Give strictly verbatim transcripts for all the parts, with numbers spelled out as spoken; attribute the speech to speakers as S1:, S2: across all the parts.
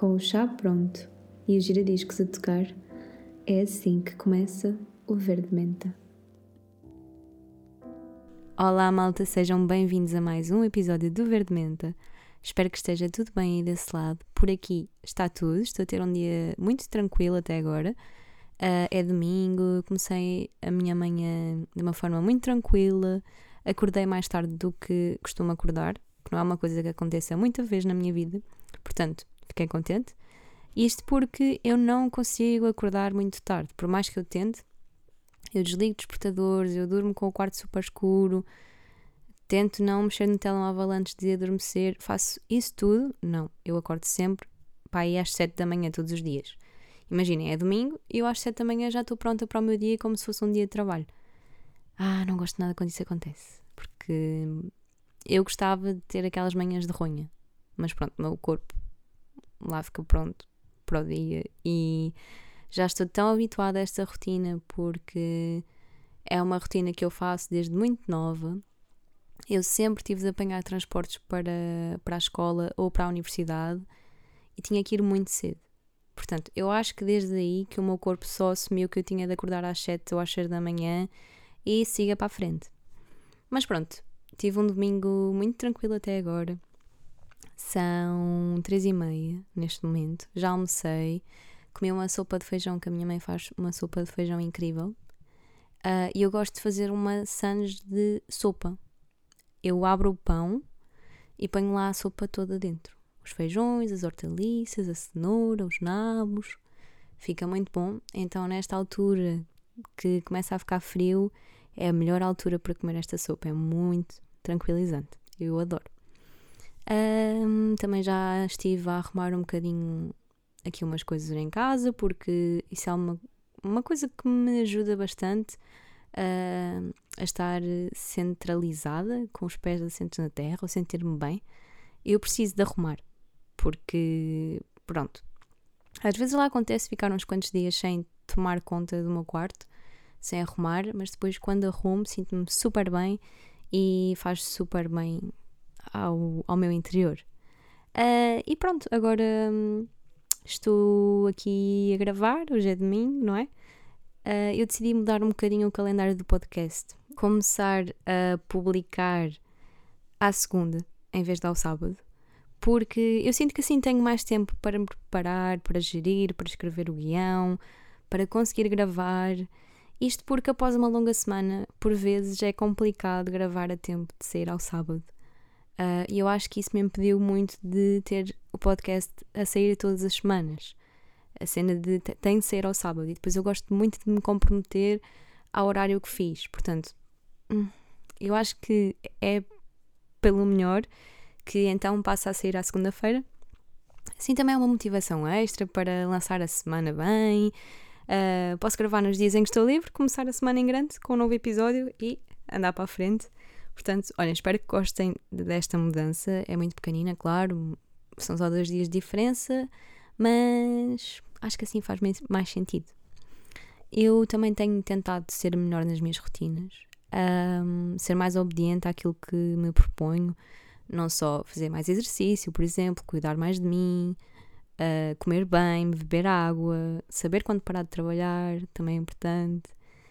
S1: com o chá pronto e os giradiscos a tocar, é assim que começa o Verde Menta.
S2: Olá malta, sejam bem-vindos a mais um episódio do Verde Menta. Espero que esteja tudo bem aí desse lado. Por aqui está tudo, estou a ter um dia muito tranquilo até agora. Uh, é domingo, comecei a minha manhã de uma forma muito tranquila, acordei mais tarde do que costumo acordar, que não é uma coisa que aconteça muita vez na minha vida, portanto, fiquei contente. Isto porque eu não consigo acordar muito tarde, por mais que eu tente, eu desligo despertadores, eu durmo com o quarto super escuro, tento não mexer no telemóvel antes de adormecer, faço isso tudo, não, eu acordo sempre, pá, aí às sete da manhã todos os dias. Imaginem, é domingo e eu às sete da manhã já estou pronta para o meu dia como se fosse um dia de trabalho. Ah, não gosto nada quando isso acontece, porque eu gostava de ter aquelas manhãs de ronha, mas pronto, o meu corpo lá fica pronto para o dia e já estou tão habituada a esta rotina porque é uma rotina que eu faço desde muito nova. Eu sempre tive de apanhar transportes para, para a escola ou para a universidade e tinha que ir muito cedo. Portanto, eu acho que desde aí que o meu corpo só assumiu que eu tinha de acordar às sete ou às seis da manhã e siga para a frente. Mas pronto, tive um domingo muito tranquilo até agora. São três e meia neste momento. Já almocei, comi uma sopa de feijão, que a minha mãe faz uma sopa de feijão incrível. Uh, e eu gosto de fazer uma sandes de sopa. Eu abro o pão e ponho lá a sopa toda dentro. Os feijões, as hortaliças, a cenoura, os nabos. Fica muito bom. Então, nesta altura que começa a ficar frio, é a melhor altura para comer esta sopa. É muito tranquilizante. Eu adoro. Um, também já estive a arrumar um bocadinho aqui umas coisas em casa, porque isso é uma, uma coisa que me ajuda bastante uh, a estar centralizada, com os pés assentos na terra, ou sentir-me bem. Eu preciso de arrumar, porque, pronto, às vezes lá acontece ficar uns quantos dias sem tomar conta do meu quarto, sem arrumar, mas depois quando arrumo sinto-me super bem e faz super bem ao, ao meu interior. Uh, e pronto, agora hum, estou aqui a gravar, hoje é domingo, não é? Uh, eu decidi mudar um bocadinho o calendário do podcast, começar a publicar à segunda, em vez de ao sábado, porque eu sinto que assim tenho mais tempo para me preparar, para gerir, para escrever o guião, para conseguir gravar. Isto porque após uma longa semana, por vezes é complicado gravar a tempo de sair ao sábado. E uh, eu acho que isso me impediu muito de ter o podcast a sair todas as semanas. A cena de tem de sair ao sábado. E depois eu gosto muito de me comprometer ao horário que fiz. Portanto, eu acho que é pelo melhor que então passa a sair à segunda-feira. Assim também é uma motivação extra para lançar a semana bem. Uh, posso gravar nos dias em que estou livre, começar a semana em grande com um novo episódio e andar para a frente. Portanto, olhem, espero que gostem desta mudança. É muito pequenina, claro, são só dois dias de diferença, mas acho que assim faz mais sentido. Eu também tenho tentado ser melhor nas minhas rotinas, um, ser mais obediente àquilo que me proponho, não só fazer mais exercício, por exemplo, cuidar mais de mim, uh, comer bem, beber água, saber quando parar de trabalhar, também é importante.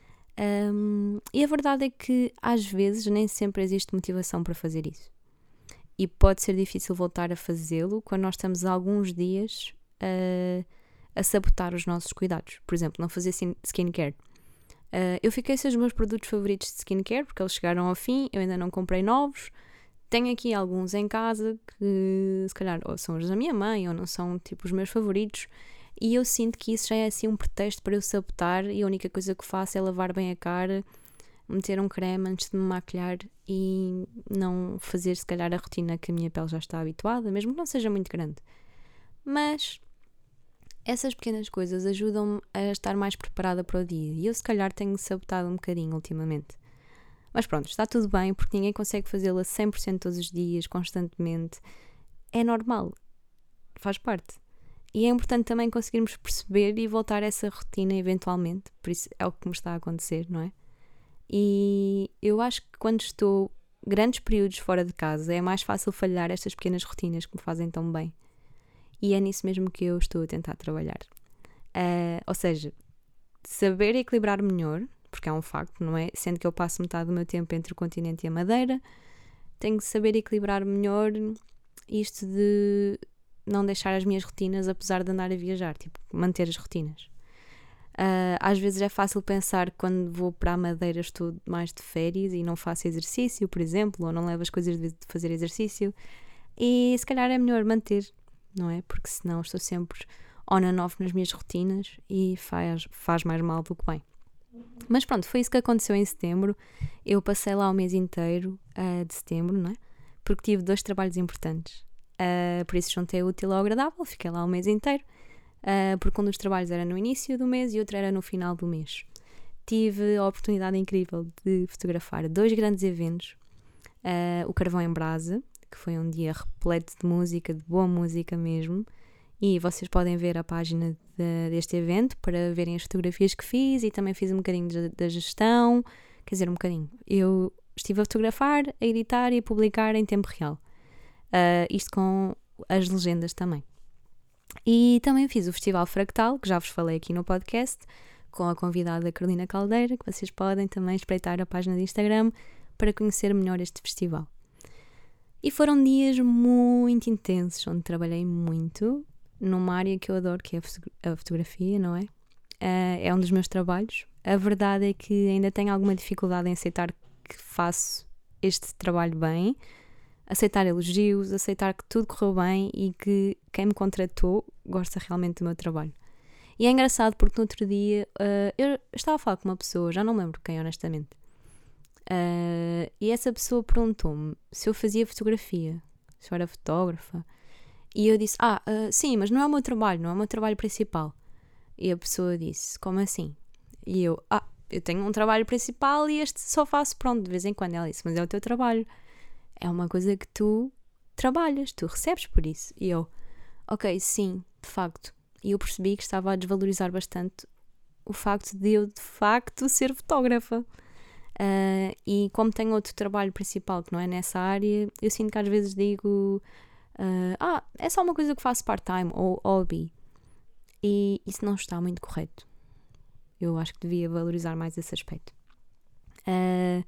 S2: Um, e a verdade é que às vezes nem sempre existe motivação para fazer isso e pode ser difícil voltar a fazê-lo quando nós estamos há alguns dias a, a sabotar os nossos cuidados. Por exemplo, não fazer skincare. Uh, eu fiquei sem os meus produtos favoritos de skincare porque eles chegaram ao fim, eu ainda não comprei novos. Tenho aqui alguns em casa que se calhar ou são os da minha mãe ou não são tipo os meus favoritos. E eu sinto que isso já é assim um pretexto para eu sabotar e a única coisa que faço é lavar bem a cara, meter um creme antes de me maquilhar e não fazer se calhar a rotina que a minha pele já está habituada, mesmo que não seja muito grande. Mas essas pequenas coisas ajudam-me a estar mais preparada para o dia e eu se calhar tenho sabotado um bocadinho ultimamente. Mas pronto, está tudo bem porque ninguém consegue fazê-lo a cem por cento todos os dias, constantemente. É normal, faz parte. E é importante também conseguirmos perceber e voltar a essa rotina eventualmente. Por isso é o que me está a acontecer, não é? E eu acho que quando estou grandes períodos fora de casa é mais fácil falhar estas pequenas rotinas que me fazem tão bem. E é nisso mesmo que eu estou a tentar trabalhar. Uh, ou seja, saber equilibrar melhor, porque é um facto, não é? Sendo que eu passo metade do meu tempo entre o continente e a Madeira, tenho que saber equilibrar melhor isto de não deixar as minhas rotinas, apesar de andar a viajar, tipo, manter as rotinas. Uh, às vezes é fácil pensar que quando vou para a Madeira estou mais de férias e não faço exercício, por exemplo, ou não levo as coisas de fazer exercício, e se calhar é melhor manter, não é? Porque senão estou sempre on and off nas minhas rotinas e faz, faz mais mal do que bem. Mas pronto, foi isso que aconteceu em setembro. Eu passei lá o mês inteiro uh, de setembro, não é? Porque tive dois trabalhos importantes. Uh, por isso juntei o útil ao agradável, fiquei lá o mês inteiro. Uh, porque um dos trabalhos era no início do mês e outro era no final do mês. Tive a oportunidade incrível de fotografar dois grandes eventos. Uh, o Carvão em Brasa, que foi um dia repleto de música, de boa música mesmo. E vocês podem ver a página de, deste evento para verem as fotografias que fiz e também fiz um bocadinho de, da gestão, quer dizer, um bocadinho. Eu estive a fotografar, a editar e a publicar em tempo real. Uh, isto com as legendas também. E também fiz o Festival Fractal, que já vos falei aqui no podcast, com a convidada Carolina Caldeira, que vocês podem também espreitar a página de Instagram para conhecer melhor este festival. E foram dias muito intensos, onde trabalhei muito, numa área que eu adoro, que é a fotografia, não é? Uh, é um dos meus trabalhos. A verdade é que ainda tenho alguma dificuldade em aceitar que faço este trabalho bem, aceitar elogios, aceitar que tudo correu bem e que quem me contratou gosta realmente do meu trabalho. E é engraçado porque no outro dia uh, eu estava a falar com uma pessoa, já não me lembro quem honestamente, uh, e essa pessoa perguntou-me se eu fazia fotografia, se eu era fotógrafa. E eu disse, ah, uh, sim, mas não é o meu trabalho, não é o meu trabalho principal. E a pessoa disse, como assim? E eu, ah, eu tenho um trabalho principal e este só faço, pronto, de vez em quando. Ela disse, mas é o teu trabalho. É uma coisa que tu trabalhas, tu recebes por isso. E eu, ok, sim, de facto. E eu percebi que estava a desvalorizar bastante o facto de eu, de facto, ser fotógrafa. Uh, e como tenho outro trabalho principal que não é nessa área, eu sinto que às vezes digo... Uh, ah, é só uma coisa que faço part-time ou hobby, e isso não está muito correto. Eu acho que devia valorizar mais esse aspecto. Uh,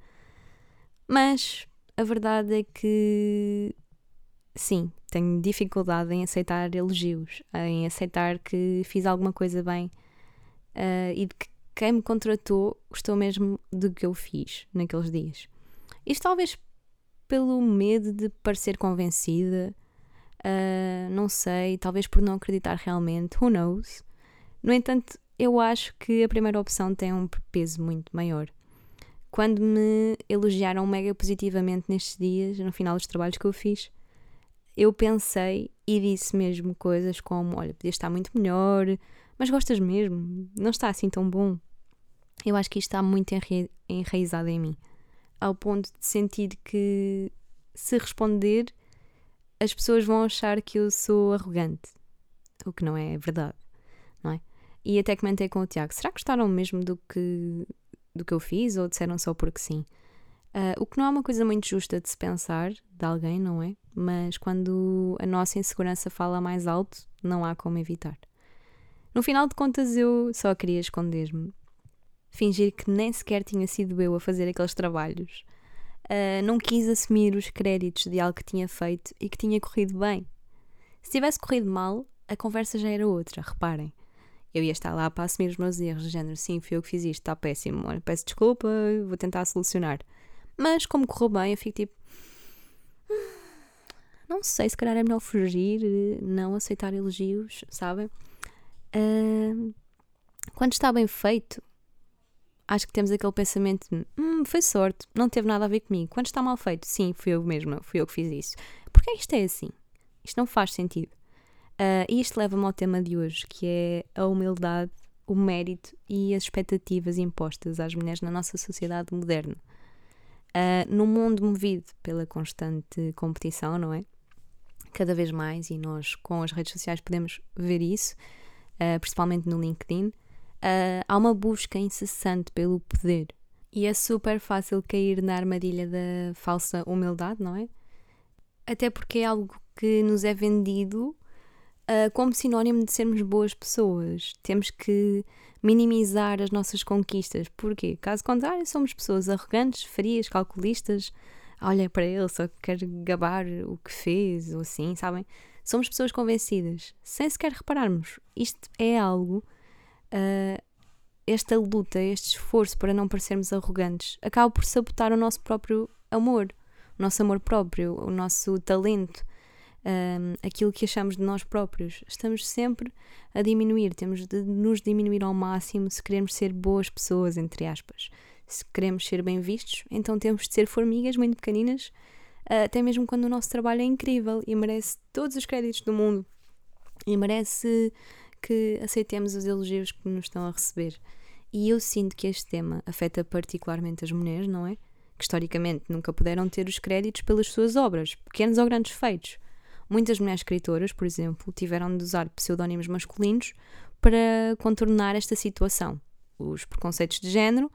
S2: mas a verdade é que sim, tenho dificuldade em aceitar elogios, em aceitar que fiz alguma coisa bem uh, e de que quem me contratou gostou mesmo do que eu fiz naqueles dias. Isto talvez pelo medo de parecer convencida. Uh, não sei, talvez por não acreditar realmente, who knows. No entanto, eu acho que a primeira opção tem um peso muito maior. Quando me elogiaram mega positivamente nestes dias, no final dos trabalhos que eu fiz, eu pensei e disse mesmo coisas como, olha, podia estar muito melhor, mas gostas mesmo? Não está assim tão bom? Eu acho que isto está muito enra- enraizado em mim, ao ponto de sentir que se responder as pessoas vão achar que eu sou arrogante, o que não é verdade, não é? E até comentei com o Tiago, será que gostaram mesmo do que, do que eu fiz ou disseram só porque sim? Uh, o que não é uma coisa muito justa de se pensar de alguém, não é? Mas quando a nossa insegurança fala mais alto, não há como evitar. No final de contas eu só queria esconder-me, fingir que nem sequer tinha sido eu a fazer aqueles trabalhos. Uh, não quis assumir os créditos de algo que tinha feito e que tinha corrido bem. Se tivesse corrido mal, a conversa já era outra, reparem. Eu ia estar lá para assumir os meus erros, de género, sim, fui eu que fiz isto, está péssimo, olha, peço desculpa, vou tentar solucionar. Mas como correu bem, eu fico tipo... Não sei, se calhar é melhor fugir, não aceitar elogios, sabem? Uh, quando está bem feito, acho que temos aquele pensamento de, hum, foi sorte, não teve nada a ver comigo. Quando está mal feito, sim, fui eu mesma, fui eu que fiz isso. Porquê isto é assim? Isto não faz sentido. Uh, e isto leva-me ao tema de hoje, que é a humildade, o mérito e as expectativas impostas às mulheres na nossa sociedade moderna. Uh, num mundo movido pela constante competição, não é? Cada vez mais, e nós com as redes sociais podemos ver isso, uh, principalmente no LinkedIn. Uh, há uma busca incessante pelo poder e é super fácil cair na armadilha da falsa humildade, não é? Até porque é algo que nos é vendido uh, como sinónimo de sermos boas pessoas. Temos que minimizar as nossas conquistas. Porquê? Caso contrário, somos pessoas arrogantes, frias, calculistas. Olha para ele, só quer gabar o que fez, ou assim, sabem? Somos pessoas convencidas, sem sequer repararmos. Isto é algo, uh, esta luta, este esforço para não parecermos arrogantes, acaba por sabotar o nosso próprio amor, o nosso amor próprio, o nosso talento, um, aquilo que achamos de nós próprios. Estamos sempre a diminuir, temos de nos diminuir ao máximo se queremos ser boas pessoas, entre aspas. Se queremos ser bem vistos, então temos de ser formigas muito pequeninas, até mesmo quando o nosso trabalho é incrível e merece todos os créditos do mundo e merece que aceitemos os elogios que nos estão a receber. E eu sinto que este tema afeta particularmente as mulheres, não é? Que historicamente nunca puderam ter os créditos pelas suas obras, pequenos ou grandes feitos. Muitas mulheres escritoras, por exemplo, tiveram de usar pseudónimos masculinos para contornar esta situação, os preconceitos de género,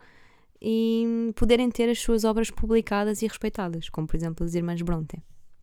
S2: e poderem ter as suas obras publicadas e respeitadas, como por exemplo as Irmãs Brontë.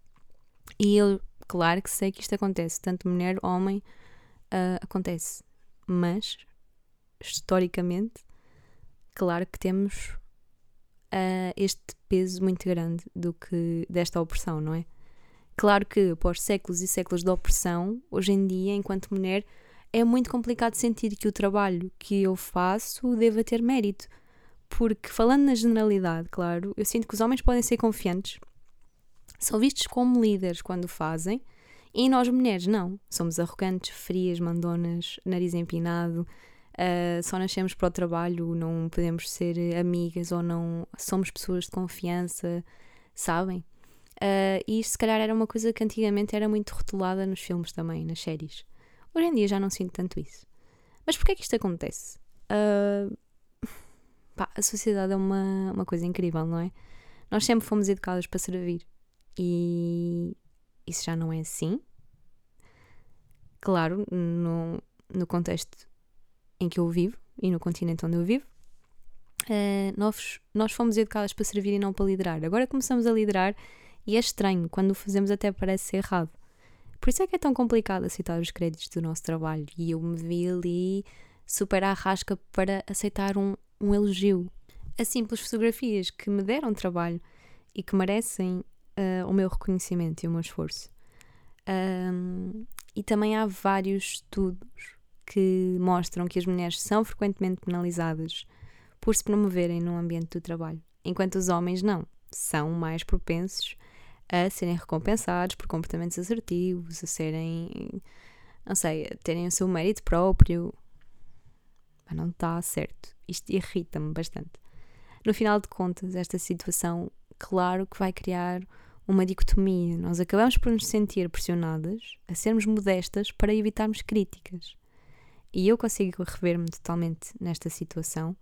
S2: E eu, claro que sei que isto acontece, tanto mulher, homem, uh, acontece, mas historicamente, claro que temos uh, este peso muito grande do que desta opressão, não é? Claro que após séculos e séculos de opressão, hoje em dia, enquanto mulher, é muito complicado sentir que o trabalho que eu faço deva ter mérito. Porque, falando na generalidade, claro, eu sinto que os homens podem ser confiantes, são vistos como líderes quando o fazem, e nós mulheres não. Somos arrogantes, frias, mandonas, nariz empinado, uh, só nascemos para o trabalho, não podemos ser amigas ou não somos pessoas de confiança, sabem? Uh, e isto se calhar era uma coisa que antigamente era muito rotulada nos filmes também, nas séries. Hoje em dia já não sinto tanto isso. Mas porquê é que isto acontece? Uh, Pá, a sociedade é uma, uma coisa incrível, não é? Nós sempre fomos educadas para servir e isso já não é assim. Claro, no, no contexto em que eu vivo e no continente onde eu vivo, uh, nós, nós fomos educadas para servir e não para liderar. Agora começamos a liderar e é estranho, quando o fazemos até parece ser errado. Por isso é que é tão complicado aceitar os créditos do nosso trabalho e eu me vi ali super à rasca para aceitar um um elogio a simples fotografias que me deram trabalho e que merecem uh, o meu reconhecimento e o meu esforço. Um, e também há vários estudos que mostram que as mulheres são frequentemente penalizadas por se promoverem no ambiente do trabalho, enquanto os homens não, são mais propensos a serem recompensados por comportamentos assertivos, a serem, não sei, a terem o seu mérito próprio. Mas não está certo. Isto irrita-me bastante. No final de contas, esta situação, claro que vai criar uma dicotomia. Nós acabamos por nos sentir pressionadas a sermos modestas para evitarmos críticas. E eu consigo rever-me totalmente nesta situação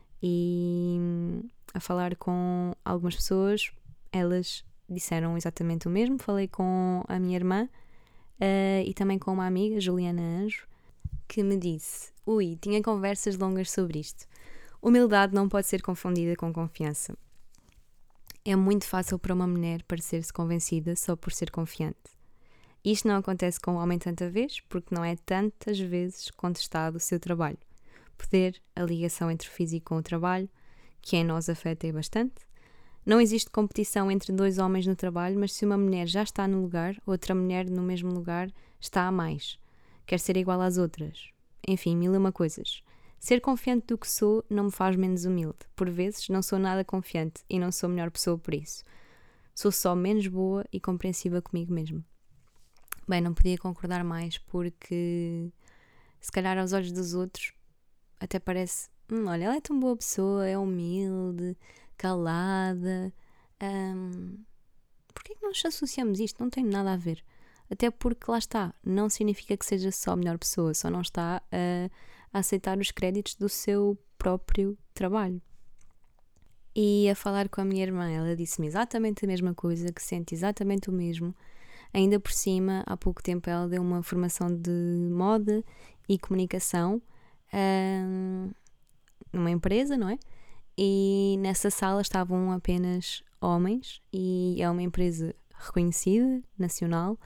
S2: e a falar com algumas pessoas, elas disseram exatamente o mesmo. Falei com a minha irmã uh, e também com uma amiga, Juliana Anjo, que me disse: ui, tinha conversas longas sobre isto. Humildade não pode ser confundida com confiança. É muito fácil para uma mulher parecer-se convencida só por ser confiante. Isto não acontece com o homem tanta vez, porque não é tantas vezes contestado o seu trabalho. Poder, a ligação entre o físico com o trabalho, que em nós afeta bastante. Não existe competição entre dois homens no trabalho, mas se uma mulher já está no lugar, outra mulher no mesmo lugar está a mais. Quer ser igual às outras. Enfim, mil e uma coisas. Ser confiante do que sou não me faz menos humilde. Por vezes não sou nada confiante e não sou a melhor pessoa por isso. Sou só menos boa e compreensiva comigo mesma. Bem, não podia concordar mais, porque se calhar aos olhos dos outros até parece, hum, olha, ela é tão boa pessoa, é humilde, calada. Hum, Porquê é que nós associamos isto? Não tem nada a ver. Até porque, lá está, não significa que seja só a melhor pessoa, só não está a, a aceitar os créditos do seu próprio trabalho. E a falar com a minha irmã, ela disse-me exatamente a mesma coisa, que sente exatamente o mesmo. Ainda por cima, há pouco tempo ela deu uma formação de moda e comunicação hum, numa empresa, não é? E nessa sala estavam apenas homens e é uma empresa reconhecida, nacional,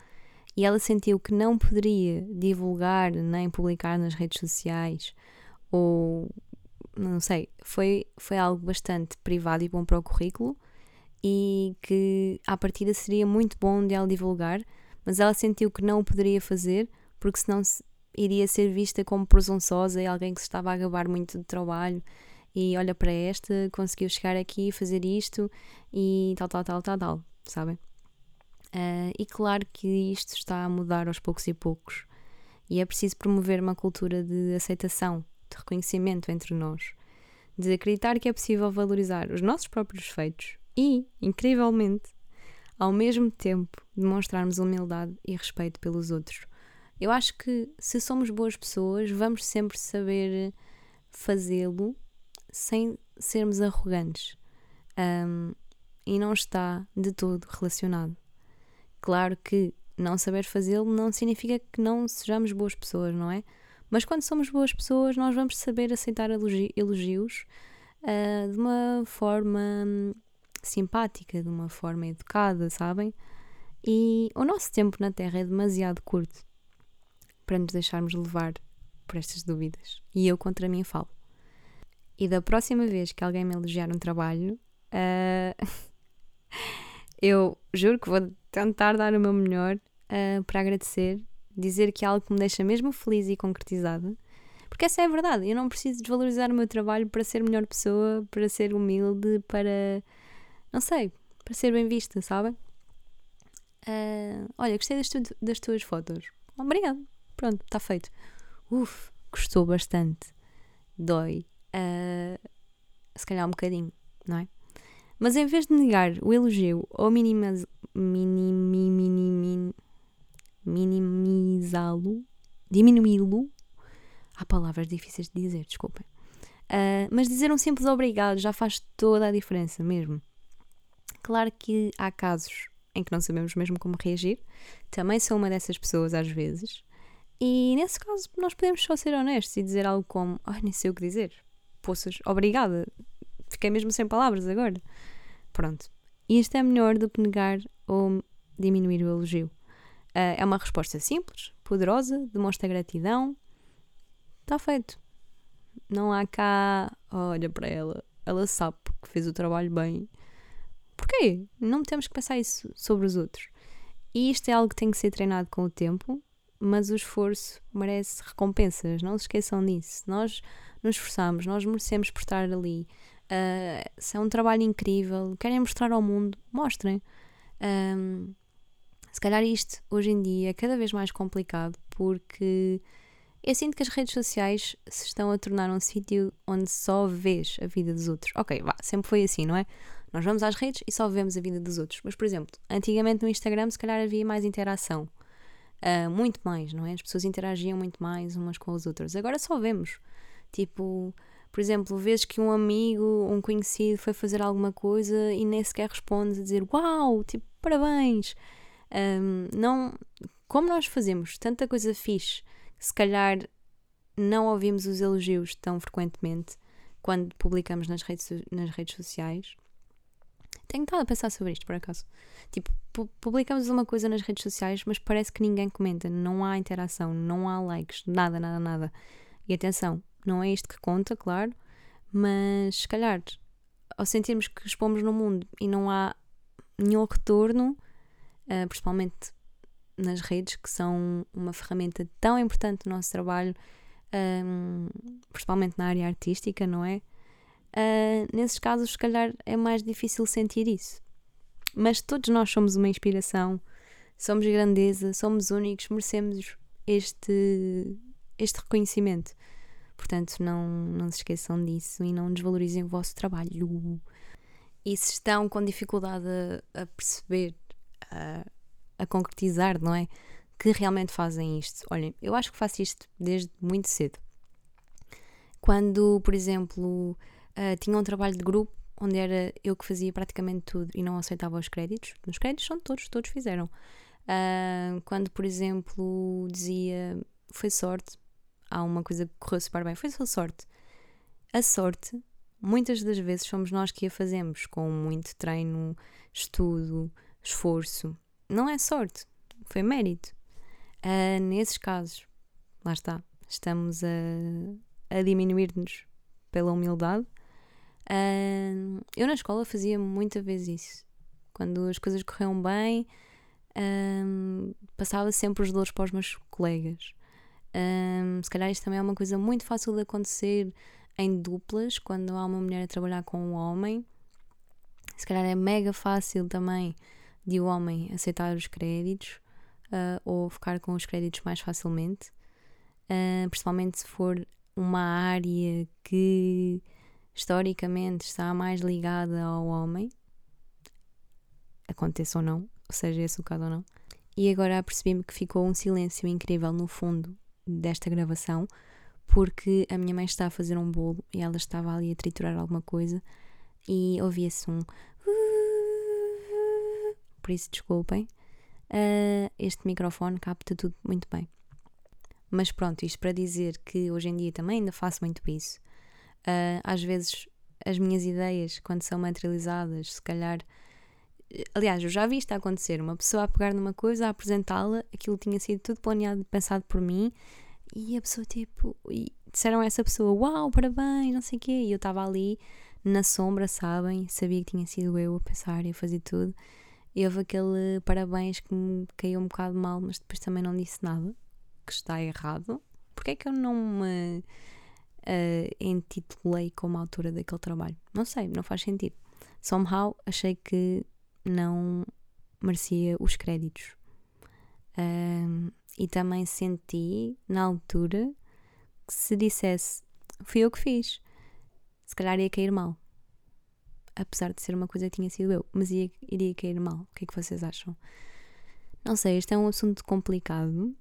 S2: e ela sentiu que não poderia divulgar nem publicar nas redes sociais, ou não sei, foi, foi algo bastante privado e bom para o currículo, e que à partida seria muito bom de ela divulgar, mas ela sentiu que não o poderia fazer porque senão iria ser vista como presunçosa e alguém que se estava a gabar muito de trabalho e olha para esta, conseguiu chegar aqui e fazer isto e tal, tal, tal, tal, tal, sabem? Uh, e claro que isto está a mudar aos poucos e poucos e é preciso promover uma cultura de aceitação, de reconhecimento entre nós, de acreditar que é possível valorizar os nossos próprios feitos e, incrivelmente, ao mesmo tempo, demonstrarmos humildade e respeito pelos outros. Eu acho que se somos boas pessoas, vamos sempre saber fazê-lo sem sermos arrogantes. Um, e não está de todo relacionado. Claro que não saber fazê-lo não significa que não sejamos boas pessoas, não é? Mas quando somos boas pessoas, nós vamos saber aceitar elogi- elogios uh, de uma forma hum, simpática, de uma forma educada, sabem? E o nosso tempo na Terra é demasiado curto para nos deixarmos levar por estas dúvidas. E eu contra mim falo. E da próxima vez que alguém me elogiar um trabalho, uh, eu juro que vou tentar dar o meu melhor uh, para agradecer, dizer que é algo que me deixa mesmo feliz e concretizada. Porque essa é a verdade. Eu não preciso desvalorizar o meu trabalho para ser melhor pessoa, para ser humilde, para... não sei, para ser bem vista, sabem? Uh, olha, gostei das, tu, das tuas fotos. Obrigado. Pronto, está feito. Uf, gostou bastante. Dói. Uh, se calhar um bocadinho, não é? Mas em vez de negar o elogio ou minimaz, minim, minim, minimizá-lo, diminuí-lo, há palavras difíceis de dizer, desculpem. Uh, mas dizer um simples obrigado já faz toda a diferença mesmo. Claro que há casos em que não sabemos mesmo como reagir. Também sou uma dessas pessoas às vezes. E nesse caso nós podemos só ser honestos e dizer algo como ai, nem sei o que dizer. Poças, obrigada. Fiquei mesmo sem palavras agora. Pronto. E isto é melhor do que negar ou diminuir o elogio. Uh, é uma resposta simples, poderosa, demonstra gratidão. Está feito. Não há cá, olha para ela, ela sabe que fez o trabalho bem. Porquê? Não temos que pensar isso sobre os outros. E isto é algo que tem que ser treinado com o tempo, mas o esforço merece recompensas, não se esqueçam disso. Nós nos esforçamos, nós merecemos por estar ali. Uh, se é um trabalho incrível, querem mostrar ao mundo, mostrem. Um, se calhar isto, hoje em dia, é cada vez mais complicado, porque eu sinto que as redes sociais se estão a tornar um sítio onde só vês a vida dos outros. Ok, vá, sempre foi assim, não é? Nós vamos às redes e só vemos a vida dos outros. Mas, por exemplo, antigamente no Instagram se calhar havia mais interação. Uh, muito mais, não é? As pessoas interagiam muito mais umas com as outras. Agora só vemos. Tipo, por exemplo, vezes que um amigo, um conhecido foi fazer alguma coisa e nem sequer responde a dizer uau, tipo, parabéns. Um, não, como nós fazemos tanta coisa fixe, se calhar não ouvimos os elogios tão frequentemente quando publicamos nas redes, nas redes sociais. Tenho estado a pensar sobre isto, por acaso. Tipo, pu- publicamos uma coisa nas redes sociais, mas parece que ninguém comenta, não há interação, não há likes, nada, nada, nada. E atenção, não é isto que conta, claro, mas se calhar, ao sentirmos que expomos no mundo e não há nenhum retorno, uh, principalmente nas redes, que são uma ferramenta tão importante no nosso trabalho, um, principalmente na área artística, não é? Uh, nesses casos, se calhar, é mais difícil sentir isso. Mas todos nós somos uma inspiração, somos grandeza, somos únicos, merecemos este, este reconhecimento. Portanto, não, não se esqueçam disso e não desvalorizem o vosso trabalho. E se estão com dificuldade a, a perceber, a, a concretizar, não é? Que realmente fazem isto. Olhem, eu acho que faço isto desde muito cedo. Quando, por exemplo, uh, tinha um trabalho de grupo onde era eu que fazia praticamente tudo e não aceitava os créditos. Os créditos são todos, todos fizeram. Uh, quando, por exemplo, dizia foi sorte, há uma coisa que correu super bem, foi só sorte. A sorte, muitas das vezes, somos nós que a fazemos com muito treino, estudo, esforço. Não é sorte, foi mérito. Uh, nesses casos, lá está, estamos a, a diminuir-nos pela humildade. Uh, eu na escola fazia muita vez isso. Quando as coisas corriam bem, uh, passava sempre os louros para os meus colegas. Uh, se calhar isto também é uma coisa muito fácil de acontecer em duplas, quando há uma mulher a trabalhar com um homem. Se calhar é mega fácil também de o homem aceitar os créditos uh, ou ficar com os créditos mais facilmente, uh, principalmente se for uma área que historicamente está mais ligada ao homem, aconteça ou não, ou seja, esse o caso ou não. E agora apercebi-me que ficou um silêncio incrível no fundo desta gravação, porque a minha mãe está a fazer um bolo e ela estava ali a triturar alguma coisa e ouvia-se um por isso desculpem. Uh, este microfone capta tudo muito bem. Mas pronto, isto para dizer que hoje em dia também ainda faço muito isso. Uh, às vezes as minhas ideias, quando são materializadas, se calhar... Aliás, eu já vi isto a acontecer. Uma pessoa a pegar numa coisa, a apresentá-la, aquilo tinha sido tudo planeado, pensado por mim, e a pessoa tipo... E disseram a essa pessoa, uau, parabéns, não sei o quê. E eu estava ali na sombra, sabem? Sabia que tinha sido eu a pensar e a fazer tudo. E houve aquele parabéns que me caiu um bocado mal, mas depois também não disse nada, que está errado. Porque é que eu não me uh, intitulei como autora daquele trabalho? Não sei, não faz sentido. Somehow achei que não merecia os créditos. Uh, e também senti, na altura, que se dissesse, fui eu que fiz, se calhar ia cair mal. Apesar de ser uma coisa que tinha sido eu, mas ia, iria cair mal. O que é que vocês acham? Não sei, este é um assunto complicado,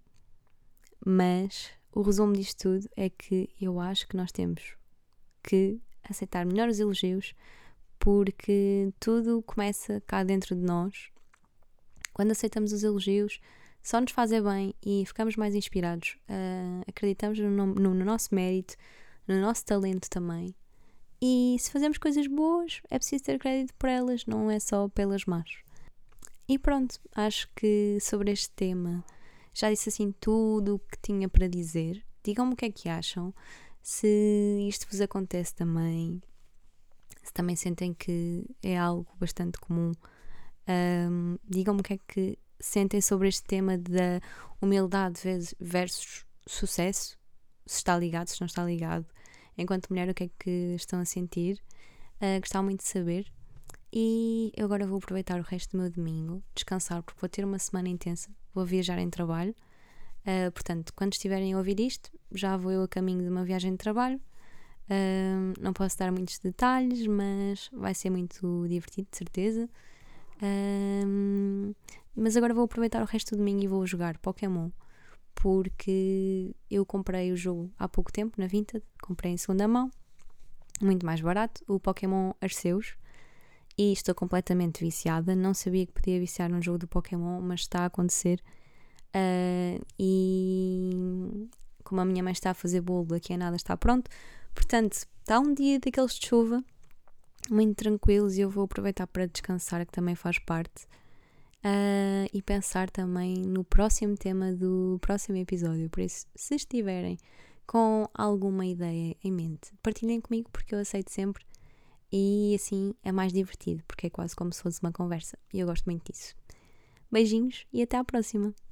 S2: mas o resumo disto tudo é que eu acho que nós temos que aceitar melhor os elogios, porque tudo começa cá dentro de nós. Quando aceitamos os elogios, só nos fazem bem e ficamos mais inspirados. Uh, acreditamos no, no, no nosso mérito, no nosso talento também. E se fazemos coisas boas, é preciso ter crédito por elas, não é só pelas más. E pronto, acho que sobre este tema já disse assim tudo o que tinha para dizer. Digam-me o que é que acham, se isto vos acontece também, se também sentem que é algo bastante comum. Um, digam-me o que é que sentem sobre este tema da humildade versus sucesso, se está ligado, se não está ligado. Enquanto mulher, o que é que estão a sentir? Uh, gostava muito de saber. E eu agora vou aproveitar o resto do meu domingo, descansar, porque vou ter uma semana intensa, vou viajar em trabalho. Uh, portanto, quando estiverem a ouvir isto, já vou eu a caminho de uma viagem de trabalho. Uh, não posso dar muitos detalhes, mas vai ser muito divertido, de certeza. Uh, mas agora vou aproveitar o resto do domingo e vou jogar Pokémon, porque eu comprei o jogo há pouco tempo na Vinted, comprei em segunda mão, muito mais barato, o Pokémon Arceus, e estou completamente viciada. Não sabia que podia viciar num jogo do Pokémon, mas está a acontecer. Uh, e como a minha mãe está a fazer bolo, daqui a nada está pronto, portanto está um dia daqueles de chuva muito tranquilos e eu vou aproveitar para descansar, que também faz parte. Uh, e pensar também no próximo tema do próximo episódio. Por isso, se estiverem com alguma ideia em mente, partilhem comigo, porque eu aceito sempre e assim é mais divertido, porque é quase como se fosse uma conversa e eu gosto muito disso. Beijinhos e até à próxima!